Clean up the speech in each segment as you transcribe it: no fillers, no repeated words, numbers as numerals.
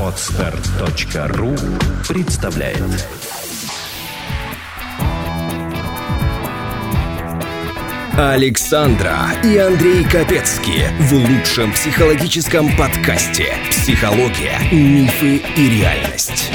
Podster.ru представляет. Александра и Андрей Капецки в лучшем психологическом подкасте «Психология, мифы и реальность».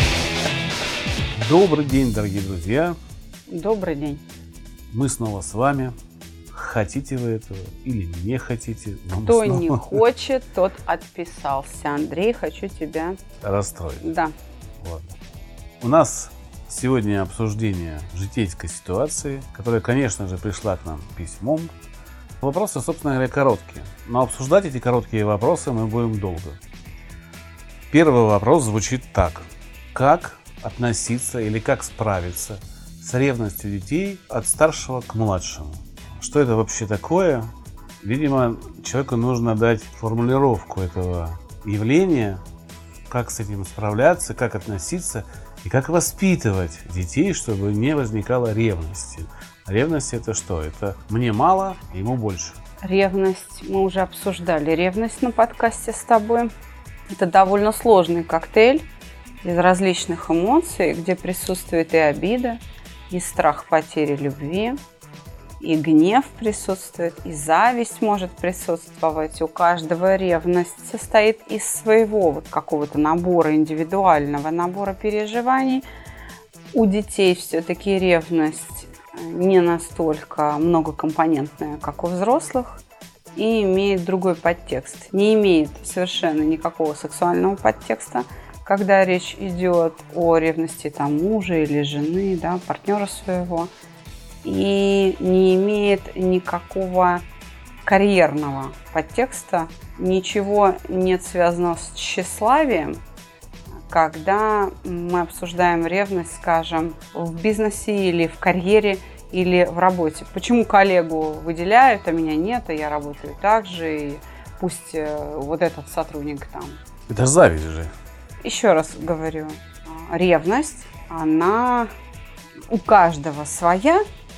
Добрый день, дорогие друзья. Добрый день. Мы снова с вами. Хотите вы этого или не хотите? Кто не хочет, тот отписался. Андрей, хочу тебя расстроить. Да. Ладно. У нас сегодня обсуждение житейской ситуации, которая, конечно же, пришла к нам письмом. Вопросы, собственно говоря, короткие. Но обсуждать эти короткие вопросы мы будем долго. Первый вопрос звучит так. Как относиться или как справиться с ревностью детей от старшего к младшему? Что это вообще такое? Видимо, человеку нужно дать формулировку этого явления, как с этим справляться, как относиться и как воспитывать детей, чтобы не возникало ревности. Ревность — это что? Это мне мало, ему больше. Ревность, мы уже обсуждали ревность на подкасте с тобой. Это довольно сложный коктейль из различных эмоций, где присутствует и обида, и страх потери любви, и гнев присутствует, и зависть может присутствовать. У каждого ревность состоит из своего какого-то набора, индивидуального набора переживаний. У детей все-таки ревность не настолько многокомпонентная, как у взрослых, и имеет другой подтекст. Не имеет совершенно никакого сексуального подтекста, когда речь идет о ревности мужа или жены, партнера своего. И не имеет никакого карьерного подтекста, ничего нет связанного с тщеславием, когда мы обсуждаем ревность, скажем, в бизнесе или в карьере или в работе. Почему коллегу выделяют, а меня нет, а я работаю так же, и пусть вот этот сотрудник там. Это зависть же. Еще раз говорю, ревность, она у каждого своя.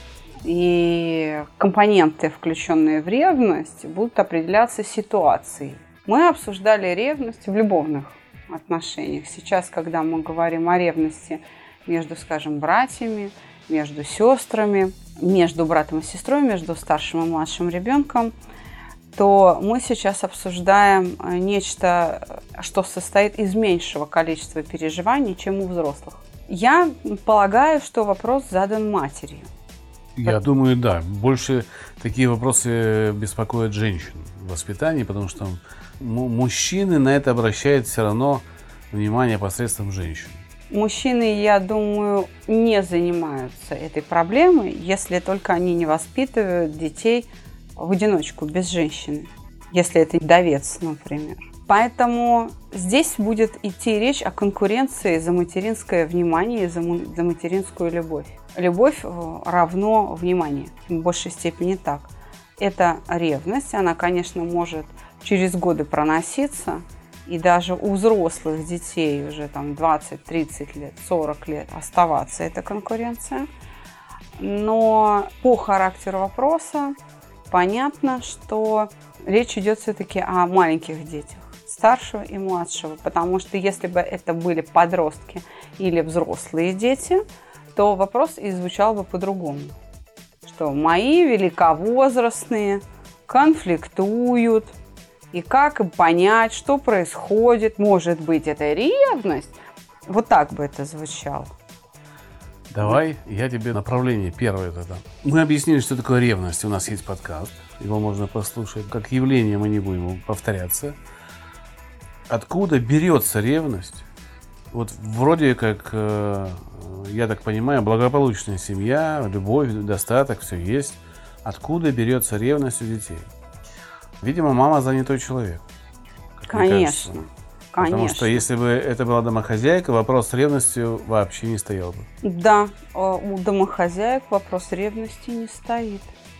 И компоненты, включенные в ревность, будут определяться ситуацией. Мы обсуждали ревность в любовных отношениях. Сейчас, когда мы говорим о ревности между, скажем, братьями, между сестрами, между братом и сестрой, между старшим и младшим ребенком, то мы сейчас обсуждаем нечто, что состоит из меньшего количества переживаний, чем у взрослых. Я полагаю, что вопрос задан матерью. Я думаю, да. Больше такие вопросы беспокоят женщин в воспитании, потому что мужчины на это обращают все равно внимание посредством женщин. Мужчины, я думаю, не занимаются этой проблемой, если только они не воспитывают детей в одиночку, без женщины. Если это вдовец, например. Поэтому здесь будет идти речь о конкуренции за материнское внимание и за материнскую любовь. Любовь равно внимание, в большей степени так. Это ревность, она, конечно, может через годы проноситься, и даже у взрослых детей уже 20, 30 лет, 40 лет оставаться эта конкуренция. Но по характеру вопроса понятно, что речь идет все-таки о маленьких детях, старшего и младшего, потому что если бы это были подростки или взрослые дети, то вопрос и звучал бы по-другому. Что мои великовозрастные конфликтуют, и как им понять, что происходит, может быть, это ревность? Вот так бы это звучало. Давай я тебе направление первое тогда. Мы объяснили, что такое ревность. У нас есть подкаст, его можно послушать. Как явление мы не будем повторяться. Откуда берется ревность? Вот вроде как, я так понимаю, благополучная семья, любовь, достаток, все есть. Откуда берется ревность у детей? Видимо, мама занятой человек. Конечно. Потому что если бы это была домохозяйка, вопрос с ревностью вообще не стоял бы. Да, у домохозяек вопрос ревности не стоит.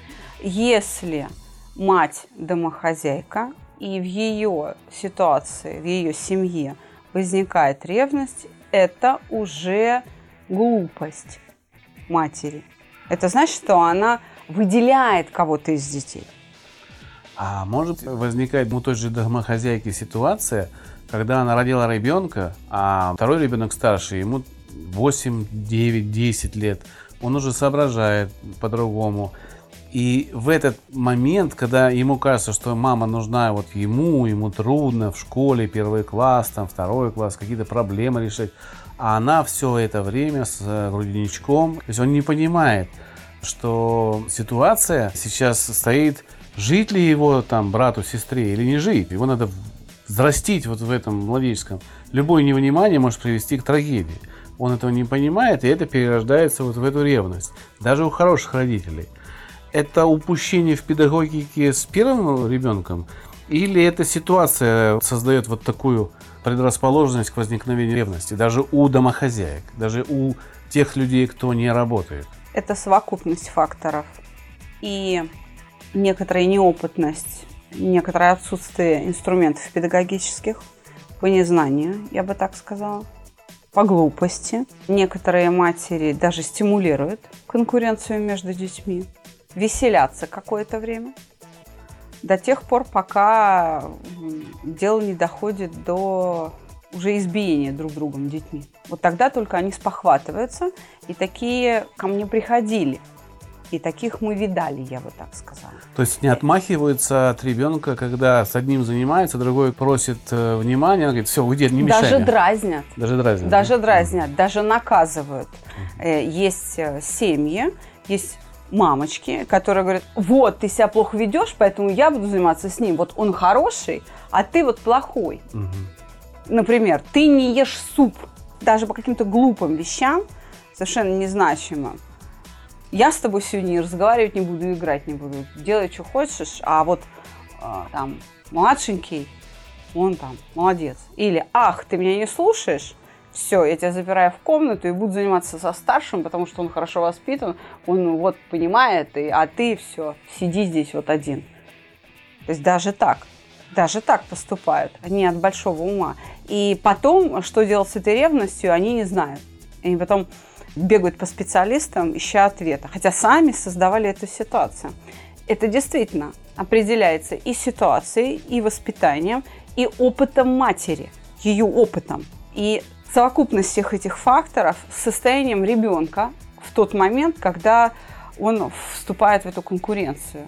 Если мать домохозяйка, и в ее ситуации, в ее семье возникает ревность, это уже глупость матери. Это значит, что она выделяет кого-то из детей. А может возникать у той же домохозяйки ситуация, когда она родила ребенка, а второй ребенок старше, ему 8, 9, 10 лет, он уже соображает по-другому. И в этот момент, когда ему кажется, что мама нужна вот ему трудно в школе, 1 класс, там 2 класс, какие-то проблемы решать, а она все это время с грудничком, то есть он не понимает, что ситуация сейчас стоит, жить ли его там брату, сестре или не жить. Его надо взрастить вот в этом младенческом. Любое невнимание может привести к трагедии. Он этого не понимает, и это перерождается вот в эту ревность. Даже у хороших родителей. Это упущение в педагогике с первым ребенком, или эта ситуация создает вот такую предрасположенность к возникновению ревности, даже у домохозяек, даже у тех людей, кто не работает? Это совокупность факторов. И некоторая неопытность, некоторое отсутствие инструментов педагогических, по незнанию, я бы так сказала, по глупости. Некоторые матери даже стимулируют конкуренцию между детьми, веселятся какое-то время, до тех пор, пока дело не доходит до уже избиения друг другом детьми. Вот тогда только они спохватываются, и такие ко мне приходили. И таких мы видали, я бы так сказала. То есть не отмахиваются от ребенка, когда с одним занимается, другой просит внимания, она говорит, все, уйди, не мешай Даже мне. дразнят. Даже дразнят, даже наказывают. Есть семьи, есть мамочки, которые говорят, вот, ты себя плохо ведешь, поэтому я буду заниматься с ним. Вот он хороший, а ты вот плохой. Например, ты не ешь суп. Даже по каким-то глупым вещам, совершенно незначимым. Я с тобой сегодня разговаривать не буду, играть не буду. Делай, что хочешь, а вот там младшенький, он там молодец. Или, ах, ты меня не слушаешь, все, я тебя запираю в комнату и буду заниматься со старшим, потому что он хорошо воспитан, он вот понимает, а ты все, сиди здесь вот один. То есть даже так поступают, они от большого ума. И потом, что делать с этой ревностью, они не знают. Они потом бегают по специалистам, ища ответа, хотя сами создавали эту ситуацию. Это действительно определяется и ситуацией, и воспитанием, и опытом матери, ее опытом. И совокупность всех этих факторов с состоянием ребенка в тот момент, когда он вступает в эту конкуренцию.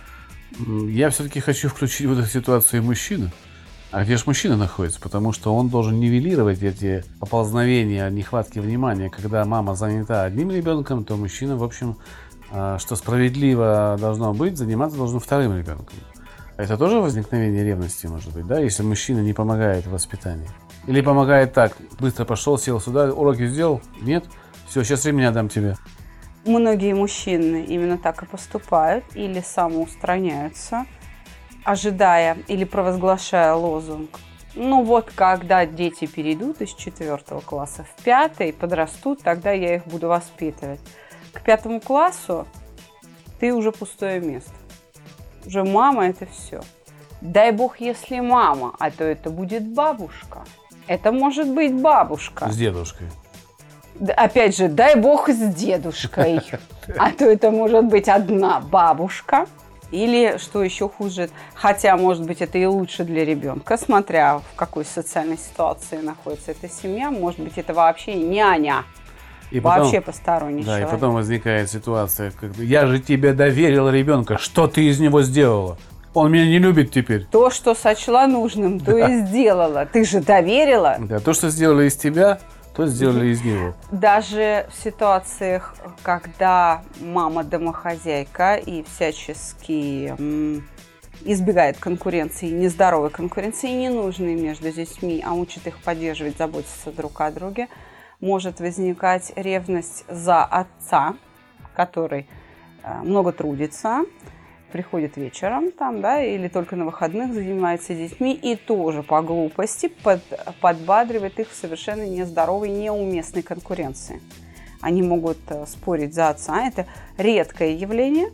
Я все-таки хочу включить в эту ситуацию и мужчину. А где же мужчина находится? Потому что он должен нивелировать эти поползновения, нехватки внимания. Когда мама занята одним ребенком, то мужчина, в общем, что справедливо должно быть, заниматься должен вторым ребенком. Это тоже возникновение ревности, может быть, да? Если мужчина не помогает в воспитании. Или помогает так, быстро пошел, сел сюда, уроки сделал? Нет? Все, сейчас времени отдам тебе. Многие мужчины именно так и поступают или самоустраняются, ожидая или провозглашая лозунг. Ну вот, когда дети перейдут из 4 класса в 5, подрастут, тогда я их буду воспитывать. К 5 классу ты уже пустое место. Уже мама – это все. Дай бог, если мама, а то это будет бабушка. Это может быть бабушка. С дедушкой. Опять же, дай бог с дедушкой. А то это может быть одна бабушка. Или, что еще хуже, хотя, может быть, это и лучше для ребенка, смотря в какой социальной ситуации находится эта семья, может быть, это вообще няня, и вообще потом, посторонний человек. Да, и потом возникает ситуация, когда я же тебе доверила ребенка, что ты из него сделала? Он меня не любит теперь. То, что сочла нужным, то и сделала. Ты же доверила. Да, то, что сделали из тебя, то сделали из него. Даже в ситуациях, когда мама домохозяйка и всячески избегает конкуренции, нездоровой конкуренции, ненужной между детьми, а учит их поддерживать, заботиться друг о друге, может возникать ревность за отца, который много трудится, приходит вечером там, да, или только на выходных занимается детьми и тоже по глупости подбадривает их в совершенно нездоровой, неуместной конкуренции. Они могут спорить за отца. Это редкое явление,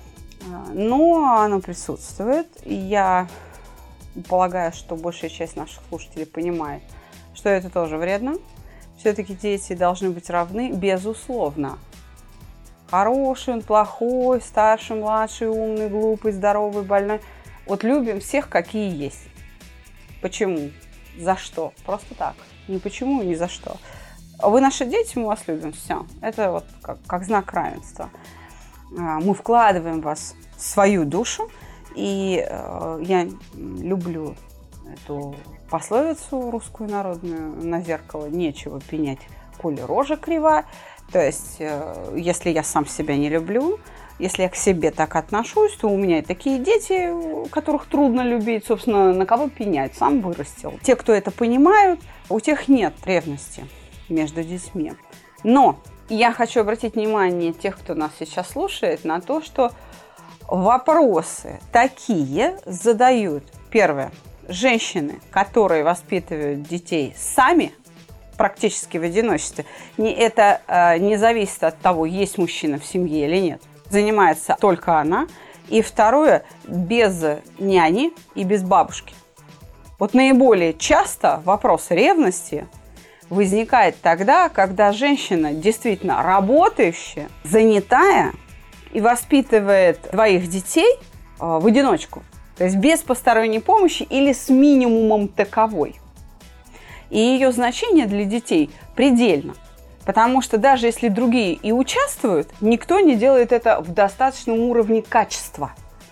но оно присутствует. И я полагаю, что большая часть наших слушателей понимает, что это тоже вредно. Все-таки дети должны быть равны, безусловно. Хороший он, плохой, старший, младший, умный, глупый, здоровый, больной. Вот любим всех, какие есть. Почему? За что? Просто так. Ни почему, ни за что. Вы наши дети, мы вас любим. Все. Это вот как знак равенства. Мы вкладываем в вас свою душу. И я люблю эту пословицу русскую народную: на зеркало нечего пенять, коли рожа крива. То есть, если я сам себя не люблю, если я к себе так отношусь, то у меня и такие дети, которых трудно любить, собственно, на кого пенять, сам вырастил. Те, кто это понимают, у тех нет ревности между детьми. Но я хочу обратить внимание тех, кто нас сейчас слушает, на то, что вопросы такие задают, первое, женщины, которые воспитывают детей сами, практически в одиночестве. Это не зависит от того, есть мужчина в семье или нет. Занимается только она. И второе, без няни и без бабушки. Вот наиболее часто вопрос ревности возникает тогда, когда женщина действительно работающая, занятая и воспитывает двоих детей в одиночку. То есть без посторонней помощи или с минимумом таковой. И ее значение для детей предельно. Потому что даже если другие и участвуют, никто не делает это в достаточном уровне качества.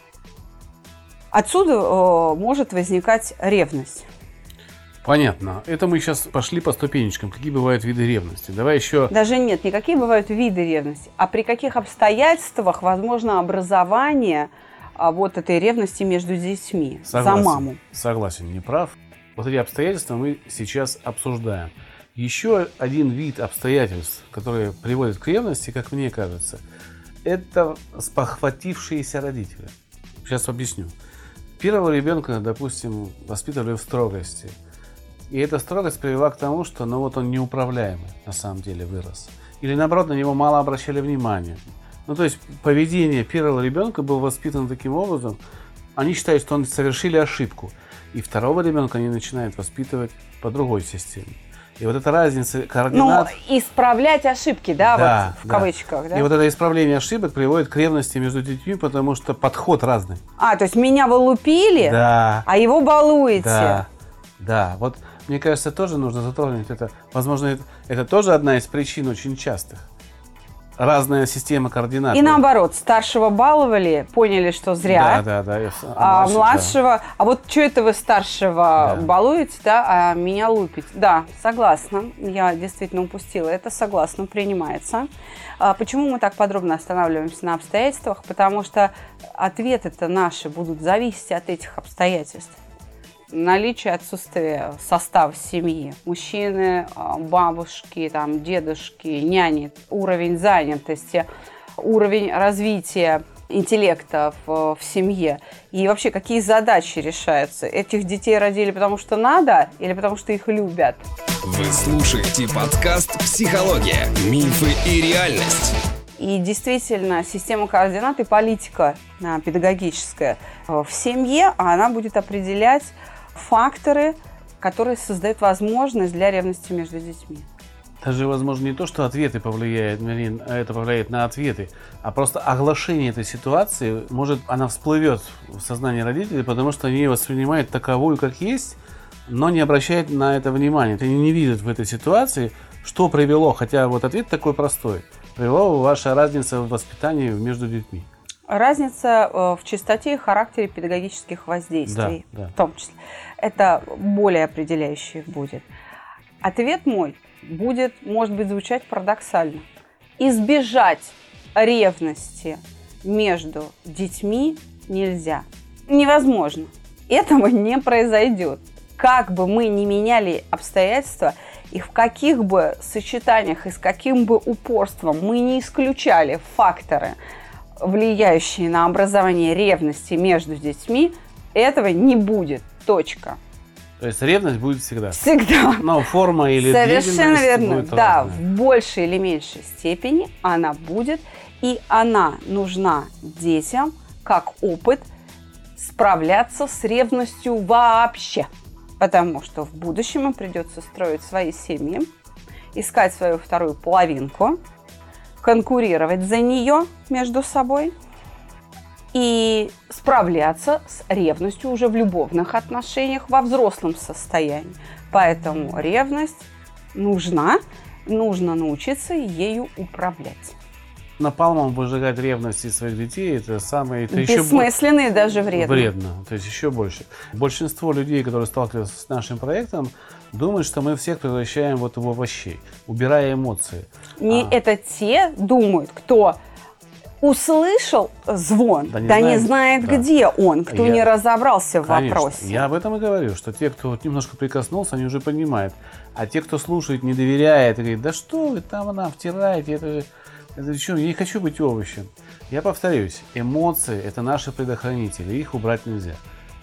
Отсюда может возникать ревность. Понятно. Это мы сейчас пошли по ступенечкам. Какие бывают виды ревности? Давай еще... Даже нет, никакие бывают виды ревности. А при каких обстоятельствах возможно образование вот этой ревности между детьми? Согласен, за маму? Согласен, не прав. Вот эти обстоятельства мы сейчас обсуждаем. Еще один вид обстоятельств, которые приводят к ревности, как мне кажется, это спохватившиеся родители. Сейчас объясню. Первого ребенка, допустим, воспитывали в строгости. И эта строгость привела к тому, что он неуправляемый на самом деле вырос. Или наоборот, на него мало обращали внимания. То есть поведение первого ребенка было воспитано таким образом, они считают, что они совершили ошибку. И второго ребенка они начинают воспитывать по другой системе. И вот эта разница координат... исправлять ошибки, да, вот в кавычках, да? И вот это исправление ошибок приводит к ревности между детьми, потому что подход разный. То есть меня вы лупили, да, а его балуете. Да. Вот мне кажется, тоже нужно затронуть это. Возможно, это тоже одна из причин очень частых. Разная система координат. И наоборот, старшего баловали, поняли, что зря. Да. А младшего, а вот что это вы старшего балуете, а меня лупите? Да, согласна. Я действительно упустила это, согласна, принимается. Почему мы так подробно останавливаемся на обстоятельствах? Потому что ответы-то наши будут зависеть от этих обстоятельств. Наличие, отсутствие состава семьи, мужчины, бабушки, дедушки, няни, уровень занятости, уровень развития интеллекта в семье и вообще какие задачи решаются. Этих детей родили потому что надо или потому что их любят? Вы слушаете подкаст «Психология. Мифы и реальность». И действительно, система координат и политика педагогическая в семье, она будет определять факторы, которые создают возможность для ревности между детьми. Даже, возможно, не то, что ответы повлияют, Марин, а это повлияет на ответы, а просто оглашение этой ситуации, она всплывет в сознании родителей, потому что они ее воспринимают таковую, как есть, но не обращают на это внимания. Они не видят в этой ситуации, что привело, хотя вот ответ такой простой, привела ваша разница в воспитании между детьми. Разница в частоте и характере педагогических воздействий, в том числе. Это более определяющий будет. Ответ мой будет, может быть, звучать парадоксально. Избежать ревности между детьми нельзя. Невозможно. Этого не произойдет. Как бы мы ни меняли обстоятельства, и в каких бы сочетаниях и с каким бы упорством мы не исключали факторы, влияющие на образование ревности между детьми, этого не будет. Точка. То есть ревность будет всегда? Всегда. Но форма или совершенно верно. Будет да, разная. В большей или меньшей степени она будет, и она нужна детям как опыт справляться с ревностью вообще. Потому что в будущем им придется строить свои семьи, искать свою вторую половинку, конкурировать за нее между собой. и справляться с ревностью уже в любовных отношениях во взрослом состоянии. Поэтому ревность нужно научиться ею управлять. Напалмом выжигать ревность из своих детей, это самое... Бессмысленно и даже вредно. Вредно, то есть еще больше. Большинство людей, которые сталкиваются с нашим проектом, думают, что мы всех превращаем вот в овощей, убирая эмоции. Это те думают, кто услышал звон, не знает, где он, кто не разобрался в вопросе. Я об этом и говорю, что те, кто немножко прикоснулся, они уже понимают. А те, кто слушает, не доверяет, и говорит, да что вы там нам втираете, это что, я не хочу быть овощем. Я повторюсь, эмоции – это наши предохранители, их убрать нельзя.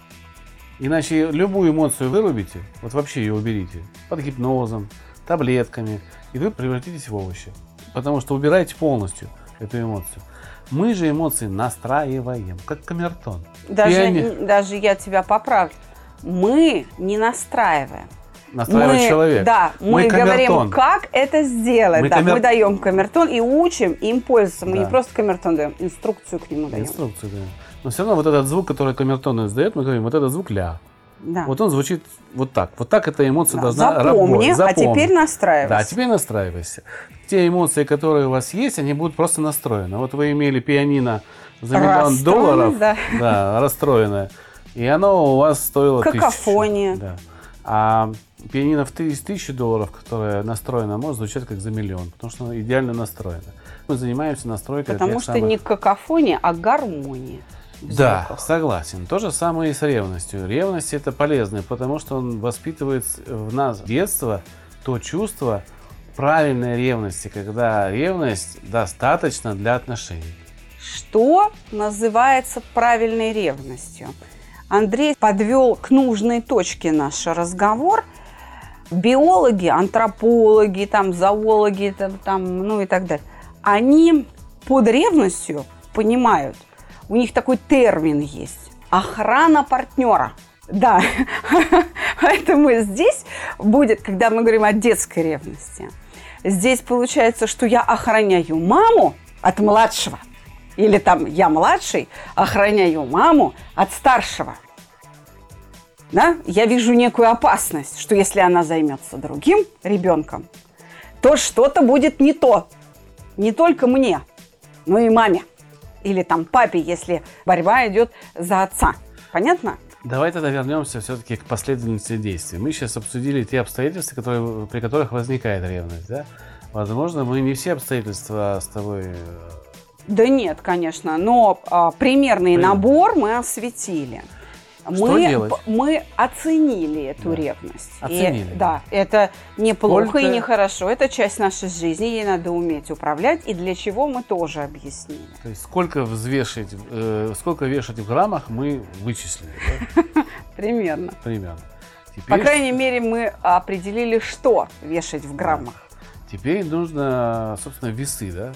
Иначе любую эмоцию вырубите, вот вообще ее уберите, под гипнозом, таблетками, и вы превратитесь в овощи. Потому что убираете полностью эту эмоцию. Мы же эмоции настраиваем, как камертон. Даже я тебя поправлю. Мы не настраиваем. Настраивает человек. Да, мы говорим, как это сделать. Мы даем камертон и учим им пользоваться. Мы не просто камертон даем, инструкцию к нему даем. Инструкцию даем. Но все равно вот этот звук, который камертон издает, мы говорим, вот этот звук ля. Да. Вот он звучит вот так. Вот так эта эмоция должна работать. Запомни, а теперь настраивайся. Да, теперь настраивайся. Те эмоции, которые у вас есть, они будут просто настроены. Вот вы имели пианино за $1 000 000, расстроенное, и оно у вас стоило 1000. Какофония. Да. А пианино в $1000, которое настроено, может звучать как за $1 000 000, потому что оно идеально настроено. Мы занимаемся настройкой. Потому что не какофония, а гармония. Да, согласен. То же самое и с ревностью. Ревность – это полезно, потому что он воспитывает в нас с детства то чувство правильной ревности, когда ревность достаточно для отношений. Что называется правильной ревностью? Андрей подвел к нужной точке наш разговор. Биологи, антропологи, зоологи, и так далее, они под ревностью понимают, у них такой термин есть – охрана партнера. Да, поэтому здесь будет, когда мы говорим о детской ревности, здесь получается, что я охраняю маму от младшего. Или я младший, охраняю маму от старшего. Да? Я вижу некую опасность, что если она займется другим ребенком, то что-то будет не то. Не только мне, но и маме. Или папе, если борьба идет за отца. Понятно? Давай тогда вернемся все-таки к последовательности действий. Мы сейчас обсудили те обстоятельства, при которых возникает ревность. Да? Возможно, мы не все обстоятельства с тобой... Да нет, конечно, но примерный набор мы осветили. Что делать? Мы оценили эту ревность. Оценили. Это неплохо и нехорошо. Это часть нашей жизни, ей надо уметь управлять. И для чего мы тоже объяснили. То есть сколько вешать в граммах мы вычислили. Да? Примерно. Теперь... По крайней мере, мы определили, что вешать в граммах. Теперь нужно, собственно, весы, да?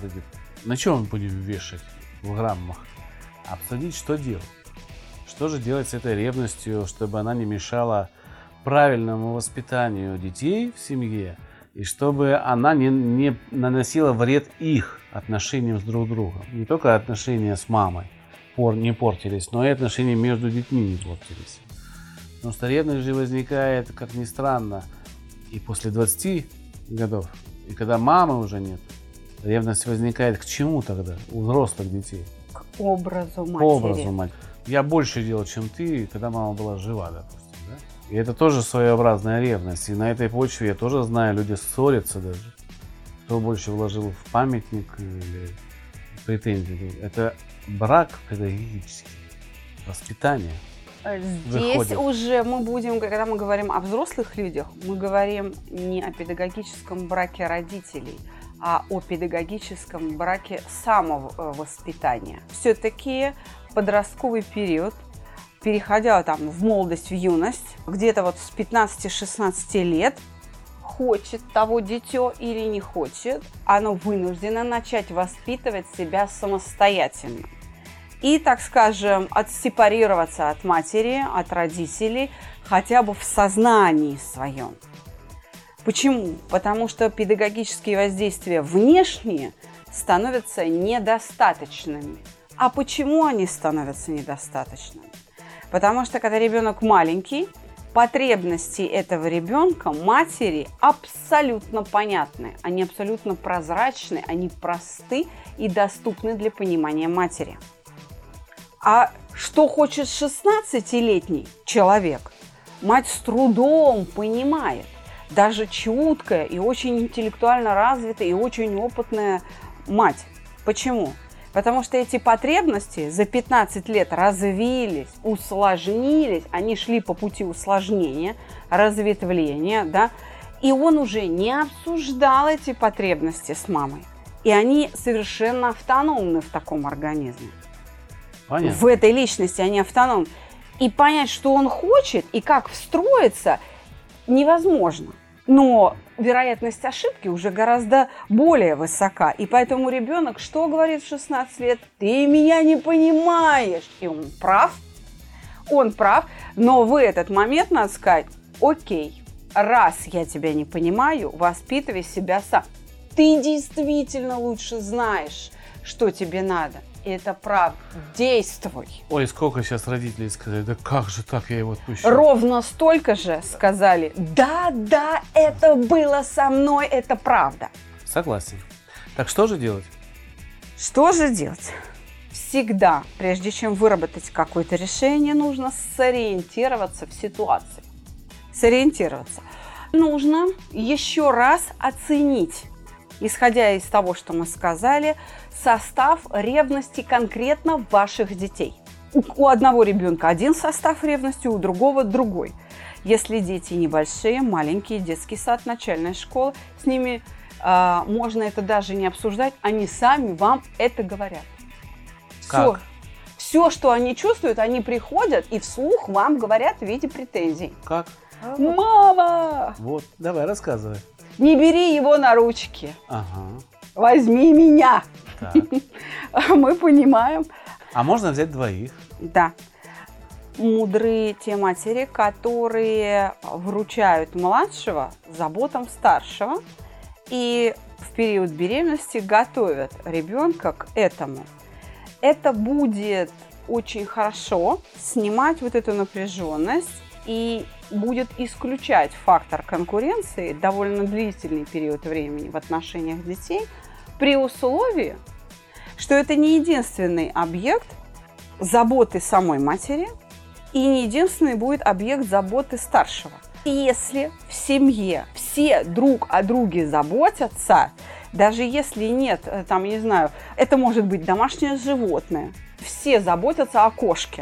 На чем мы будем вешать в граммах? Обсудить, что делать. Что же делать с этой ревностью, чтобы она не мешала правильному воспитанию детей в семье, и чтобы она не наносила вред их отношениям с друг другом. Не только отношения с мамой не портились, но и отношения между детьми не портились. Потому что ревность же возникает, как ни странно, и после 20 годов, и когда мамы уже нет. Ревность возникает к чему тогда у взрослых детей? К образу матери. К образу матери. Я больше делал, чем ты, когда мама была жива, допустим. Да? И это тоже своеобразная ревность. И на этой почве я тоже знаю, люди ссорятся даже. Кто больше вложил в памятник или претензии. Это брак педагогический, воспитание. Здесь выходит. Уже мы будем, когда мы говорим о взрослых людях, мы говорим не о педагогическом браке родителей, а о педагогическом браке самовоспитания. Все-таки подростковый период, переходя в молодость, в юность, где-то с 15-16 лет, хочет того дитё или не хочет, оно вынуждено начать воспитывать себя самостоятельно. И, так скажем, отсепарироваться от матери, от родителей, хотя бы в сознании своем. Почему? Потому что педагогические воздействия внешние становятся недостаточными. А почему они становятся недостаточными? Потому что когда ребенок маленький, потребности этого ребенка, матери, абсолютно понятны. Они абсолютно прозрачны, они просты и доступны для понимания матери. А что хочет 16-летний человек, мать с трудом понимает. Даже чуткая и очень интеллектуально развитая и очень опытная мать. Почему? Потому что эти потребности за 15 лет развились, усложнились, они шли по пути усложнения, разветвления, да, и он уже не обсуждал эти потребности с мамой. И они совершенно автономны в таком организме. Понятно. В этой личности они автономны. И понять, что он хочет и как встроиться, невозможно. Но вероятность ошибки уже гораздо более высока. И поэтому ребенок что говорит в 16 лет? Ты меня не понимаешь. И он прав. Он прав. Но в этот момент надо сказать: окей, раз я тебя не понимаю, воспитывай себя сам. Ты действительно лучше знаешь, что тебе надо. И это правда. Действуй. Ой, сколько сейчас родителей сказали: да как же так, я его отпущу. Ровно столько же сказали: да, это было со мной, это правда. Согласен. Так что же делать? Что же делать? Всегда, прежде чем выработать какое-то решение, нужно сориентироваться в ситуации. Сориентироваться. Нужно еще раз оценить, исходя из того, что мы сказали, состав ревности конкретно ваших детей. У одного ребенка один состав ревности, у другого другой. Если дети небольшие, маленькие, детский сад, начальная школа, с ними можно это даже не обсуждать, они сами вам это говорят. Как? Все, что они чувствуют, они приходят и вслух вам говорят в виде претензий. Как? Мама! Вот, давай, рассказывай. Не бери его на ручки. Ага. Возьми меня. Так. Мы понимаем. А можно взять двоих? Да. Мудрые те матери, которые вручают младшего заботам старшего и в период беременности готовят ребенка к этому. Это будет очень хорошо снимать вот эту напряженность и будет исключать фактор конкуренции довольно длительный период времени в отношениях детей, при условии, что это не единственный объект заботы самой матери и не единственный будет объект заботы старшего. Если в семье все друг о друге заботятся, даже если нет, там, не знаю, это может быть домашнее животное, все заботятся о кошке.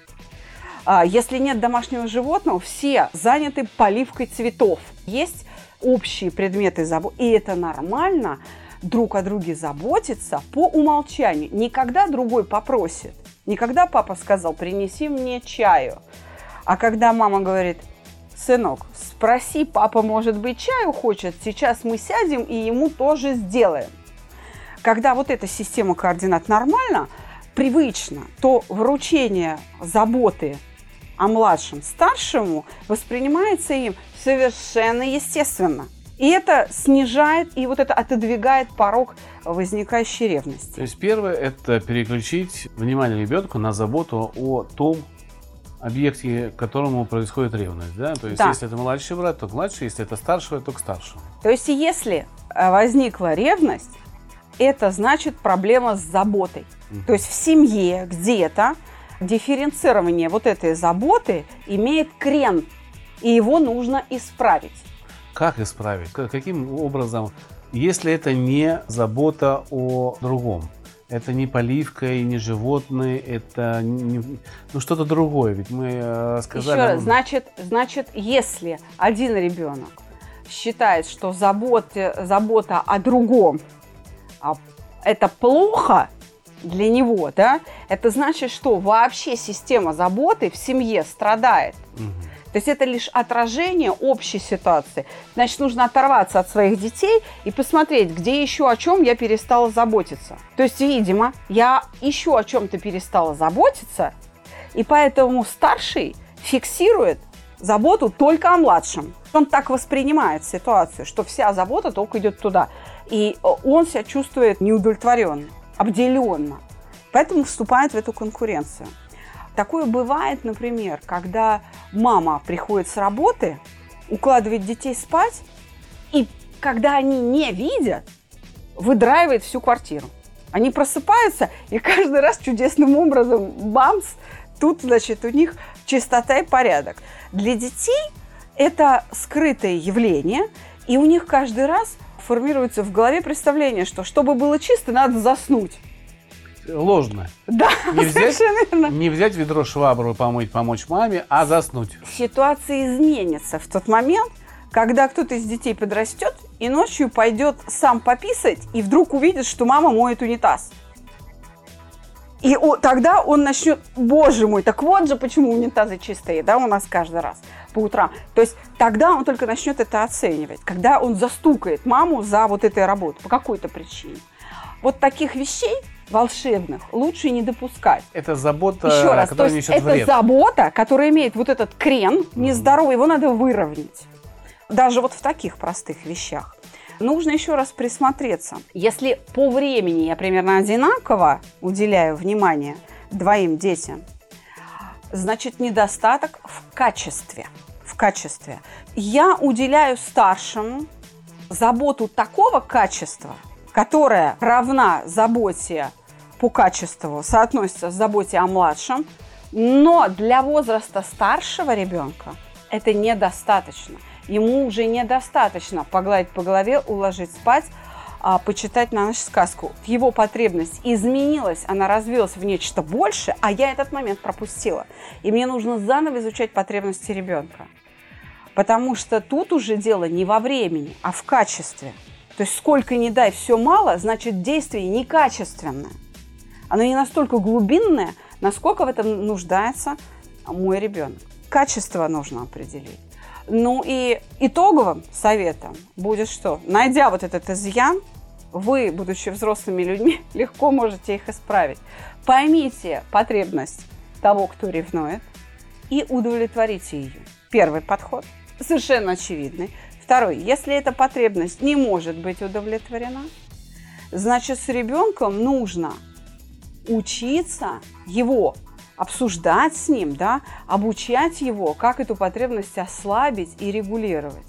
Если нет домашнего животного, все заняты поливкой цветов. Есть общие предметы заботы, и это нормально друг о друге заботиться по умолчанию. Никогда другой попросит, никогда папа сказал: принеси мне чаю. А когда мама говорит: сынок, спроси, папа, может быть, чаю хочет, сейчас мы сядем и ему тоже сделаем. Когда вот эта система координат нормальна, привычно, то вручение заботы о младшем старшему воспринимается им совершенно естественно. И это снижает, и вот это отодвигает порог возникающей ревности. То есть первое – это переключить внимание ребенка на заботу о том объекте, к которому происходит ревность. Да? То есть Да. если это младший брат, то к младшему, если это старший, то к старшему. То есть если возникла ревность, это значит проблема с заботой. То есть в семье где-то дифференцирование вот этой заботы имеет крен, и его нужно исправить. Как исправить? Каким образом? Если это не забота о другом, это не поливка и не животные, это что-то другое. Ведь мы сказали... Еще раз, значит, если один ребенок считает, что забота о другом это плохо для него, да, это значит, что вообще система заботы в семье страдает. То есть это лишь отражение общей ситуации. Значит, нужно оторваться от своих детей и посмотреть, где еще о чем я перестала заботиться. То есть, видимо, я еще о чем-то перестала заботиться, и поэтому старший фиксирует заботу только о младшем. Он так воспринимает ситуацию, что вся забота только идет туда. И он себя чувствует неудовлетворенно, обделенно. Поэтому вступает в эту конкуренцию. Такое бывает, например, когда мама приходит с работы, укладывает детей спать, и когда они не видят, выдраивает всю квартиру. Они просыпаются, и каждый раз чудесным образом, бамс, тут, значит, у них чистота и порядок. Для детей это скрытое явление, и у них каждый раз формируется в голове представление, что чтобы было чисто, надо заснуть. Ложно. Да, совершенно верно. Не взять ведро швабру, помочь маме, а заснуть. Ситуация изменится в тот момент, когда кто-то из детей подрастет и ночью пойдет сам пописать, и вдруг увидит, что мама моет унитаз. И тогда он начнет, боже мой, так вот же почему унитазы чистые, да, у нас каждый раз по утрам. То есть тогда он только начнет это оценивать, когда он застукает маму за вот этой работой по какой-то причине. Вот таких вещей волшебных лучше не допускать. Это забота, еще раз, которая несет вред. Это забота, которая имеет вот этот крен нездоровый, его надо выровнять. Даже вот в таких простых вещах. Нужно еще раз присмотреться. Если по времени я примерно одинаково уделяю внимание двоим детям, значит недостаток в качестве. Я уделяю старшему заботу такого качества, которая равна заботе по качеству, соотносится с заботе о младшем, но для возраста старшего ребенка это недостаточно. Ему уже недостаточно погладить по голове, уложить спать, почитать на ночь сказку. Его потребность изменилась, она развилась в нечто большее, а я этот момент пропустила. И мне нужно заново изучать потребности ребенка. Потому что тут уже дело не во времени, а в качестве. То есть сколько ни дай, все мало, значит действие некачественное. Оно не настолько глубинное, насколько в этом нуждается мой ребенок. Качество нужно определить. Ну и итоговым советом будет что? Найдя вот этот изъян, вы, будучи взрослыми людьми, легко можете их исправить. Поймите потребность того, кто ревнует, и удовлетворите ее. Первый подход совершенно очевидный. Второй. Если эта потребность не может быть удовлетворена, значит, с ребенком нужно учиться его обсуждать с ним, да, обучать его, как эту потребность ослабить и регулировать,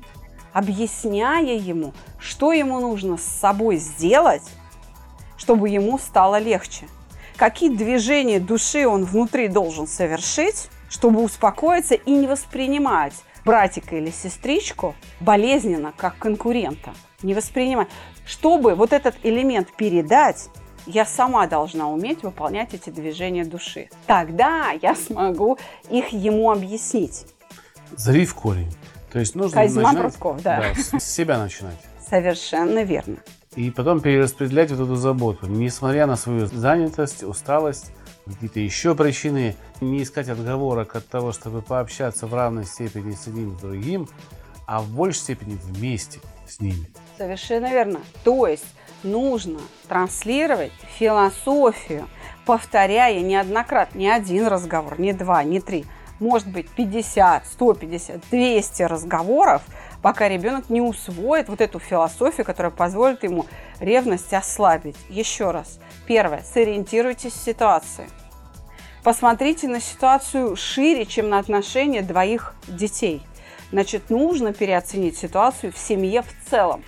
объясняя ему, что ему нужно с собой сделать, чтобы ему стало легче, какие движения души он внутри должен совершить, чтобы успокоиться и не воспринимать братика или сестричку болезненно, как конкурента, не воспринимать. Чтобы вот этот элемент передать, я сама должна уметь выполнять эти движения души. Тогда я смогу их ему объяснить. Зри в корень. То есть нужно начинать, с себя начинать. Совершенно верно. И потом перераспределять вот эту заботу. Несмотря на свою занятость, усталость, какие-то еще причины, не искать отговорок от того, чтобы пообщаться в равной степени с одним и с другим, а в большей степени вместе с ними. Совершенно верно. То есть нужно транслировать философию, повторяя неоднократно, не один разговор, не два, не три, может быть 50, 150, 200 разговоров, пока ребенок не усвоит вот эту философию, которая позволит ему ревность ослабить. Еще раз. Первое. Сориентируйтесь в ситуации. Посмотрите на ситуацию шире, чем на отношения двоих детей. Значит, нужно переоценить ситуацию в семье в целом.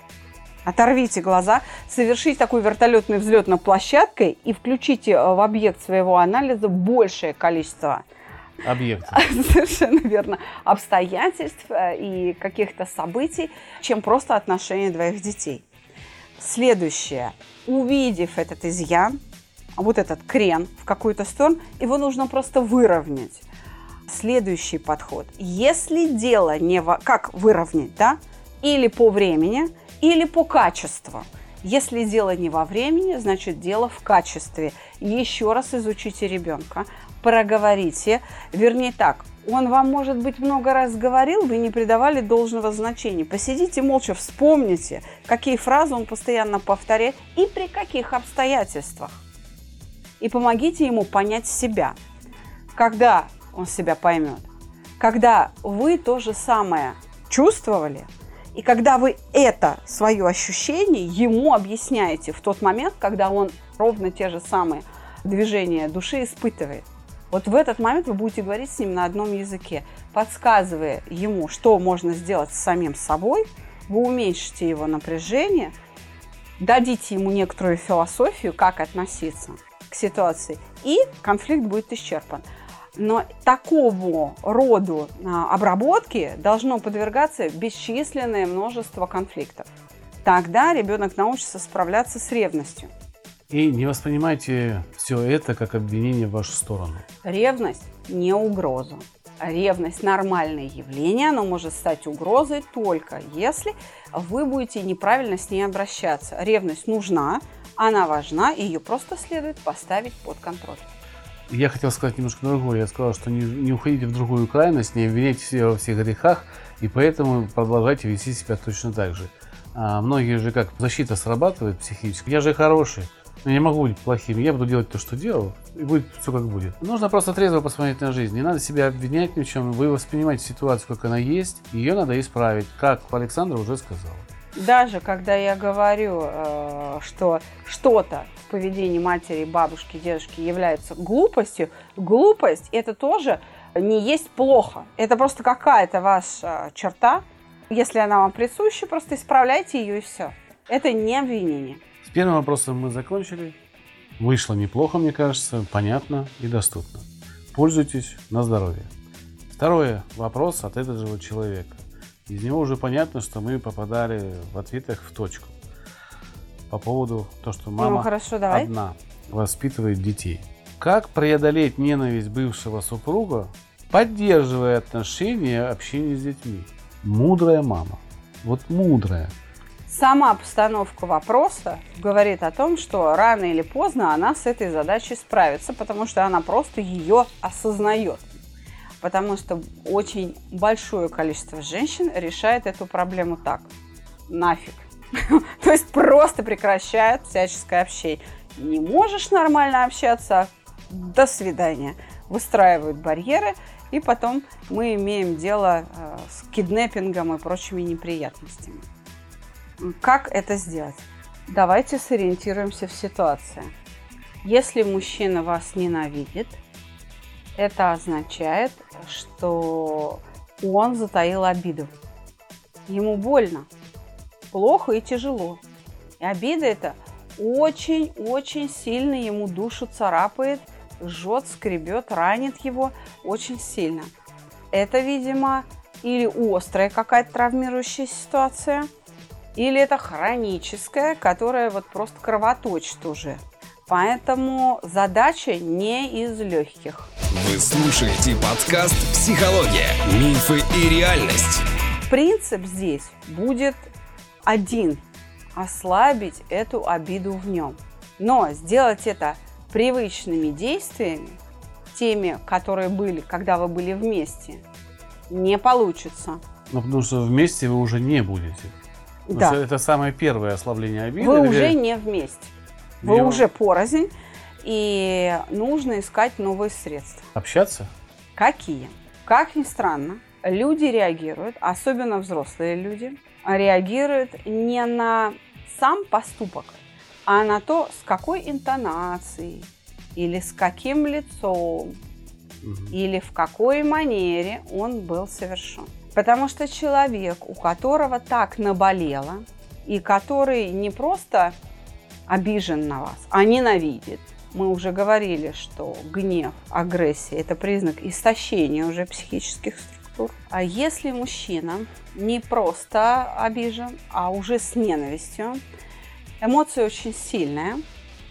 Оторвите глаза, совершите такой вертолетный взлет над площадкой и включите в объект своего анализа большее количество объектов. Совершенно верно. Обстоятельств и каких-то событий, чем просто отношения двоих детей. Следующее. Увидев этот изъян, вот этот крен в какую-то сторону, его нужно просто выровнять. Следующий подход. Если дело не как выровнять, да, или по времени, или по качеству. Если дело не во времени, значит дело в качестве. Еще раз изучите ребенка, проговорите. Вернее так, он вам, может быть, много раз говорил, вы не придавали должного значения. Посидите молча, вспомните, какие фразы он постоянно повторяет и при каких обстоятельствах. И помогите ему понять себя. Когда он себя поймет? Когда вы то же самое чувствовали, и когда вы это свое ощущение ему объясняете в тот момент, когда он ровно те же самые движения души испытывает. Вот в этот момент вы будете говорить с ним на одном языке, подсказывая ему, что можно сделать с самим собой, вы уменьшите его напряжение, дадите ему некоторую философию, как относиться к ситуации, и конфликт будет исчерпан. Но такому роду обработки должно подвергаться бесчисленное множество конфликтов. Тогда ребенок научится справляться с ревностью. И не воспринимайте все это как обвинение в вашу сторону. Ревность не угроза. Ревность – нормальное явление, оно может стать угрозой только если вы будете неправильно с ней обращаться. Ревность нужна, она важна, и ее просто следует поставить под контроль. Я хотел сказать немножко другое. Я сказал, что не уходите в другую крайность, не обвиняйте себя во всех грехах, и поэтому продолжайте вести себя точно так же. Многие же как защита срабатывает психически. Я же хороший, но не могу быть плохим. Я буду делать то, что делал, и будет все как будет. Нужно просто трезво посмотреть на жизнь. Не надо себя обвинять ни в чем. Вы воспринимаете ситуацию, как она есть, ее надо исправить, как Александра уже сказала. Даже когда я говорю, что что-то в поведении матери, бабушки, дедушки является глупостью, глупость – это тоже не есть плохо. Это просто какая-то ваша черта. Если она вам присуща, просто исправляйте ее и все. Это не обвинение. С первым вопросом мы закончили. Вышло неплохо, мне кажется, понятно и доступно. Пользуйтесь на здоровье. Второй вопрос от этого же человека. Из него уже понятно, что мы попадали в ответах в точку. По поводу того, что мама одна воспитывает детей. Как преодолеть ненависть бывшего супруга, поддерживая отношения, общение с детьми? Мудрая мама. Вот мудрая. Сама постановка вопроса говорит о том, что рано или поздно она с этой задачей справится, потому что она просто ее осознает. Потому что очень большое количество женщин решает эту проблему так. Нафиг. То есть просто прекращает всяческое общение. Не можешь нормально общаться? До свидания. Выстраивают барьеры, и потом мы имеем дело с киднеппингом и прочими неприятностями. Как это сделать? Давайте сориентируемся в ситуации. Если мужчина вас ненавидит, это означает, что он затаил обиду. Ему больно, плохо и тяжело. И обида эта очень-очень сильно ему душу царапает, жжет, скребет, ранит его очень сильно. Это, видимо, или острая какая-то травмирующая ситуация, или это хроническая, которая вот просто кровоточит уже. Поэтому задача не из легких. Вы слушаете подкаст «Психология. Мифы и реальность». Принцип здесь будет один – ослабить эту обиду в нем. Но сделать это привычными действиями, теми, которые были, когда вы были вместе, не получится. Ну, потому что вместе вы уже не будете. Да. Это самое первое ослабление обиды. Вы уже не вместе. Вы уже порознь, и нужно искать новые средства. Общаться? Какие? Как ни странно, люди реагируют, особенно взрослые люди, реагируют не на сам поступок, а на то, с какой интонацией, или с каким лицом, или в какой манере он был совершен. Потому что человек, у которого так наболело, и который не просто обижен на вас, а ненавидит. Мы уже говорили, что гнев, агрессия – это признак истощения уже психических структур. А если мужчина не просто обижен, а уже с ненавистью, эмоция очень сильная,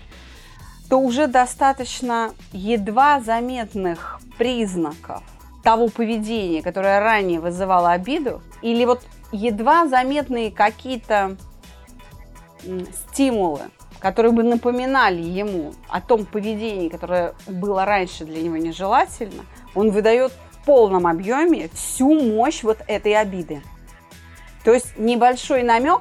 то уже достаточно едва заметных признаков того поведения, которое ранее вызывало обиду, или вот едва заметные какие-то стимулы, которые бы напоминали ему о том поведении, которое было раньше для него нежелательно, он выдает в полном объеме всю мощь вот этой обиды. То есть небольшой намек,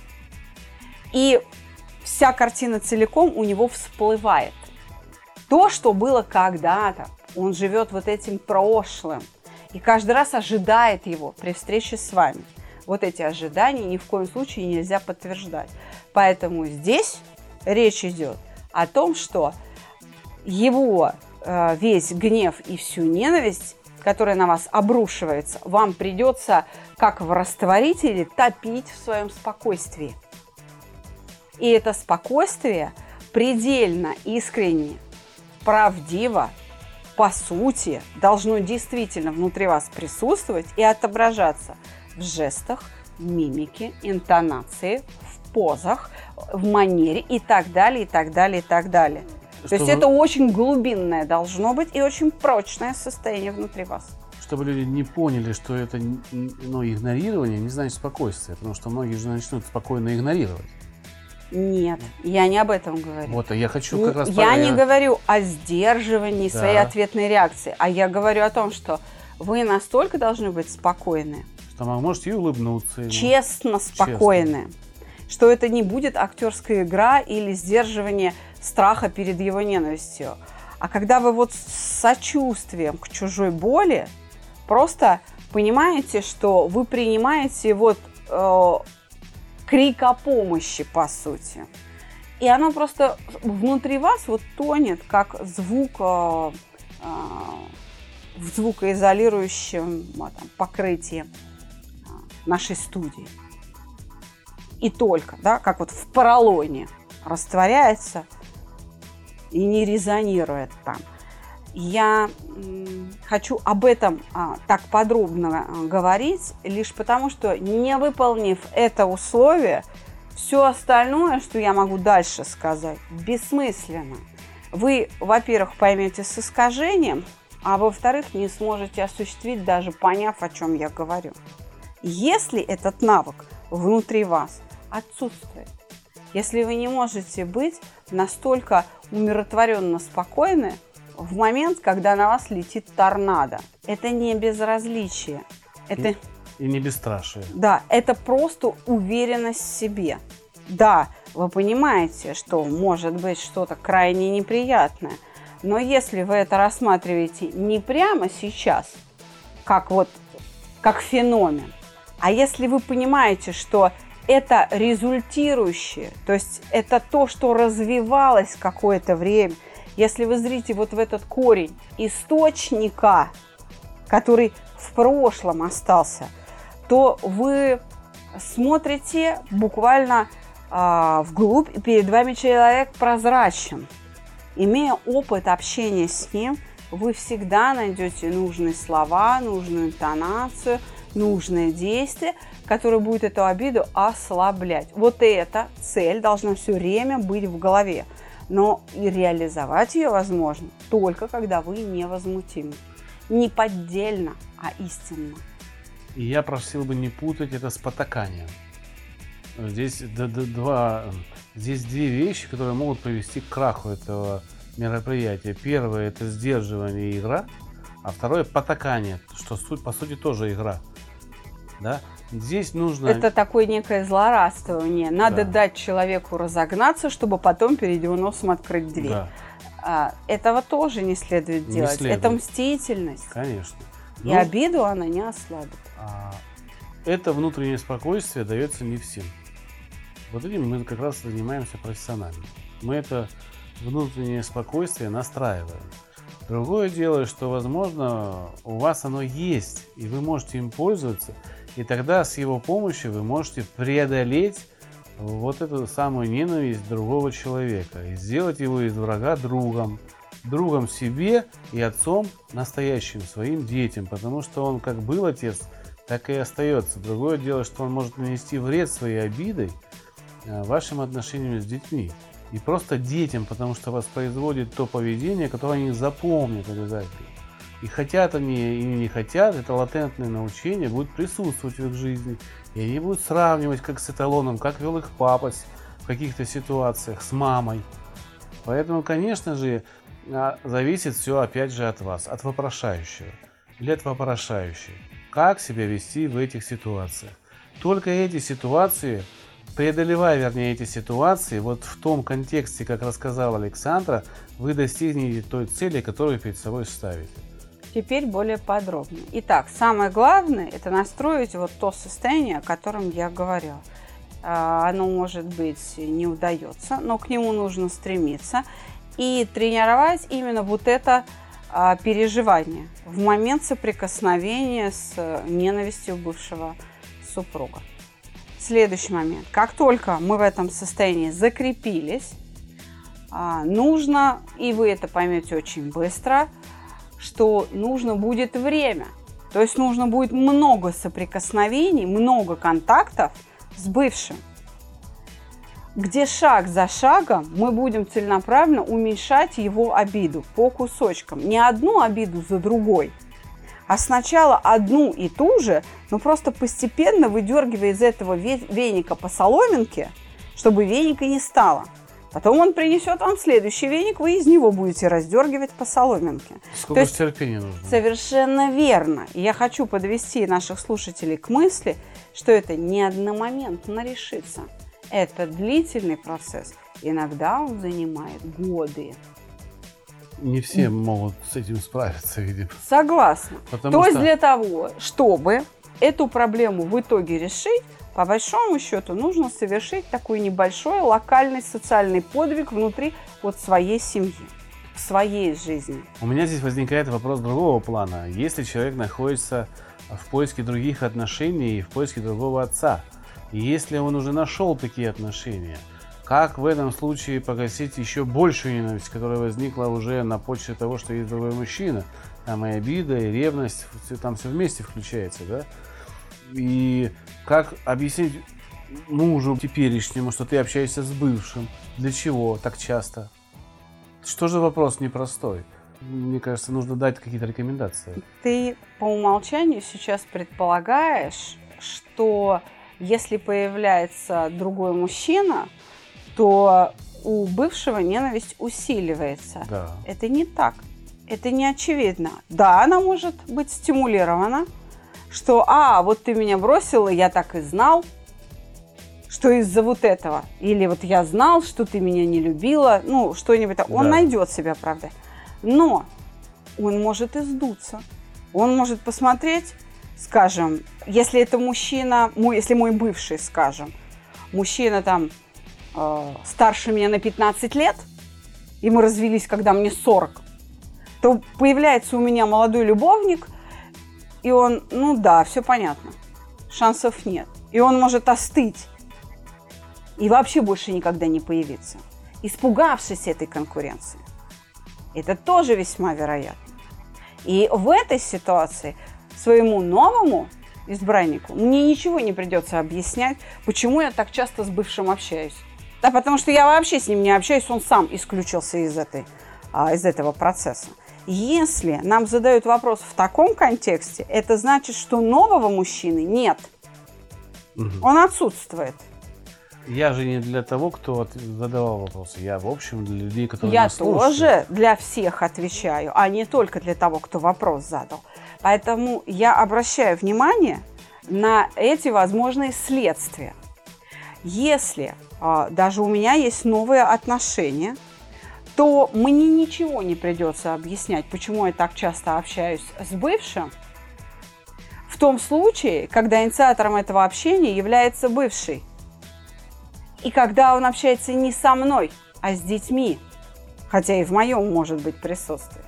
и вся картина целиком у него всплывает. То, что было когда-то, он живет вот этим прошлым и каждый раз ожидает его при встрече с вами. Вот эти ожидания ни в коем случае нельзя подтверждать. Поэтому здесь речь идет о том, что его весь гнев и всю ненависть, которая на вас обрушивается, вам придется, как в растворителе, топить в своем спокойствии. И это спокойствие предельно искренне, правдиво, по сути, должно действительно внутри вас присутствовать и отображаться в жестах, мимике, интонации, в позах, в манере и так далее, и так далее, и так далее. То есть это очень глубинное должно быть и очень прочное состояние внутри вас. Чтобы люди не поняли, что это игнорирование не значит спокойствие, потому что многие же начнут спокойно игнорировать. Нет, я не об этом говорю. Вот, а я хочу как раз... Я не говорю о сдерживании своей ответной реакции, а я говорю о том, что вы настолько должны быть спокойны. Что вы можете и улыбнуться ему. Честно спокойны. Что это не будет актерская игра или сдерживание страха перед его ненавистью. А когда вы вот с сочувствием к чужой боли просто понимаете, что вы принимаете вот крик о помощи, по сути. И оно просто внутри вас вот тонет, как звук в звукоизолирующем покрытии нашей студии. И только, да, как вот в поролоне растворяется и не резонирует там. Я хочу об этом так подробно говорить, лишь потому, что не выполнив это условие, все остальное, что я могу дальше сказать, бессмысленно. Вы, во-первых, поймете с искажением, а во-вторых, не сможете осуществить, даже поняв, о чем я говорю. Если этот навык внутри вас отсутствует, если вы не можете быть настолько умиротворенно спокойны в момент, когда на вас летит торнадо, это не безразличие, это и не бесстрашие. Да, это просто уверенность в себе. Да, вы понимаете, что может быть что-то крайне неприятное, но если вы это рассматриваете не прямо сейчас, как феномен, а если вы понимаете, что это результирующее, то есть это то, что развивалось какое-то время. Если вы зрите вот в этот корень источника, который в прошлом остался, то вы смотрите буквально вглубь, и перед вами человек прозрачен. Имея опыт общения с ним, вы всегда найдете нужные слова, нужную интонацию, нужное действие, которое будет эту обиду ослаблять. Вот эта цель должна все время быть в голове. Но и реализовать ее возможно только когда вы невозмутимы. Не поддельно, а истинно. И я просил бы не путать это с потаканием. Здесь две вещи, которые могут привести к краху этого мероприятия. Первое – это сдерживание и игра, а второе – потакание, что по сути тоже игра. Да? Здесь нужно... Это такое некое злорадствование. Надо дать человеку разогнаться, чтобы потом перед его носом открыть дверь. Да. Этого тоже не следует делать. Это мстительность. Конечно. И обиду она не ослабит. Это внутреннее спокойствие дается не всем. Вот этим мы как раз занимаемся профессионально. Мы это внутреннее спокойствие настраиваем. Другое дело, что, возможно, у вас оно есть, и вы можете им пользоваться, и тогда с его помощью вы можете преодолеть вот эту самую ненависть другого человека и сделать его из врага другом себе и отцом настоящим своим детям, потому что он как был отец, так и остается. Другое дело, что он может нанести вред своей обидой вашим отношениям с детьми. И просто детям, потому что воспроизводит то поведение, которое они запомнят обязательно. И хотят они или не хотят, это латентное научение будет присутствовать в их жизни. И они будут сравнивать как с эталоном, как вел их папа в каких-то ситуациях с мамой. Поэтому, конечно же, зависит все опять же от вас, от вопрошающего. Или от вопрошающей. Как себя вести в этих ситуациях. Только эти ситуации, преодолевая, эти ситуации, вот в том контексте, как рассказала Александра, вы достигнете той цели, которую перед собой ставите. Теперь более подробно. Итак, самое главное – это настроить вот то состояние, о котором я говорила. оно, может быть, не удается, но к нему нужно стремиться и тренировать именно вот это переживание в момент соприкосновения с ненавистью бывшего супруга. Следующий момент. Как только мы в этом состоянии закрепились, нужно, и вы это поймете очень быстро, что нужно будет время. То есть нужно будет много соприкосновений, много контактов с бывшим, где шаг за шагом мы будем целенаправленно уменьшать его обиду по кусочкам. Не одну обиду за другой, а сначала одну и ту же, но просто постепенно выдергивая из этого веника по соломинке, чтобы веника не стало. Потом он принесет вам следующий веник, вы из него будете раздергивать по соломинке. Сколько терпения нужно? Совершенно верно. И я хочу подвести наших слушателей к мысли, что это не одномоментно решится. Это длительный процесс. Иногда он занимает годы. Не все могут с этим справиться, видимо. Согласна. То есть для того, чтобы эту проблему в итоге решить, по большому счету нужно совершить такой небольшой локальный социальный подвиг внутри вот своей семьи, в своей жизни. У меня здесь возникает вопрос другого плана. Если человек находится в поиске других отношений и в поиске другого отца, и если он уже нашел такие отношения, как в этом случае погасить еще большую ненависть, которая возникла уже на почве того, что есть другой мужчина? Там и обида, и ревность, там все вместе включается, да? И как объяснить мужу теперешнему, что ты общаешься с бывшим? Для чего так часто? Что же вопрос непростой? Мне кажется, нужно дать какие-то рекомендации. Ты по умолчанию сейчас предполагаешь, что если появляется другой мужчина, то у бывшего ненависть усиливается. Да. Это не так. Это не очевидно. Да, она может быть стимулирована, что вот ты меня бросила, я так и знал, что из-за вот этого. Или вот я знал, что ты меня не любила. Ну, что-нибудь так. Он найдет себя оправдать. Но он может и сдуться. Он может посмотреть, скажем, если это мужчина, если мой бывший, скажем, мужчина там старше меня на 15 лет, и мы развелись, когда мне 40, то появляется у меня молодой любовник, и он, все понятно, шансов нет. И он может остыть и вообще больше никогда не появиться, испугавшись этой конкуренции. Это тоже весьма вероятно. И в этой ситуации своему новому избраннику мне ничего не придется объяснять, почему я так часто с бывшим общаюсь. Да, потому что я вообще с ним не общаюсь, он сам исключился из этого процесса. Если нам задают вопрос в таком контексте, это значит, что нового мужчины нет. Он отсутствует. Я же не для того, кто задавал вопросы. Я, в общем, для людей, которые нас слушают. Я тоже для всех отвечаю, а не только для того, кто вопрос задал. Поэтому я обращаю внимание на эти возможные следствия. Если даже у меня есть новые отношения, то мне ничего не придется объяснять, почему я так часто общаюсь с бывшим, в том случае, когда инициатором этого общения является бывший. И когда он общается не со мной, а с детьми, хотя и в моем может быть присутствие,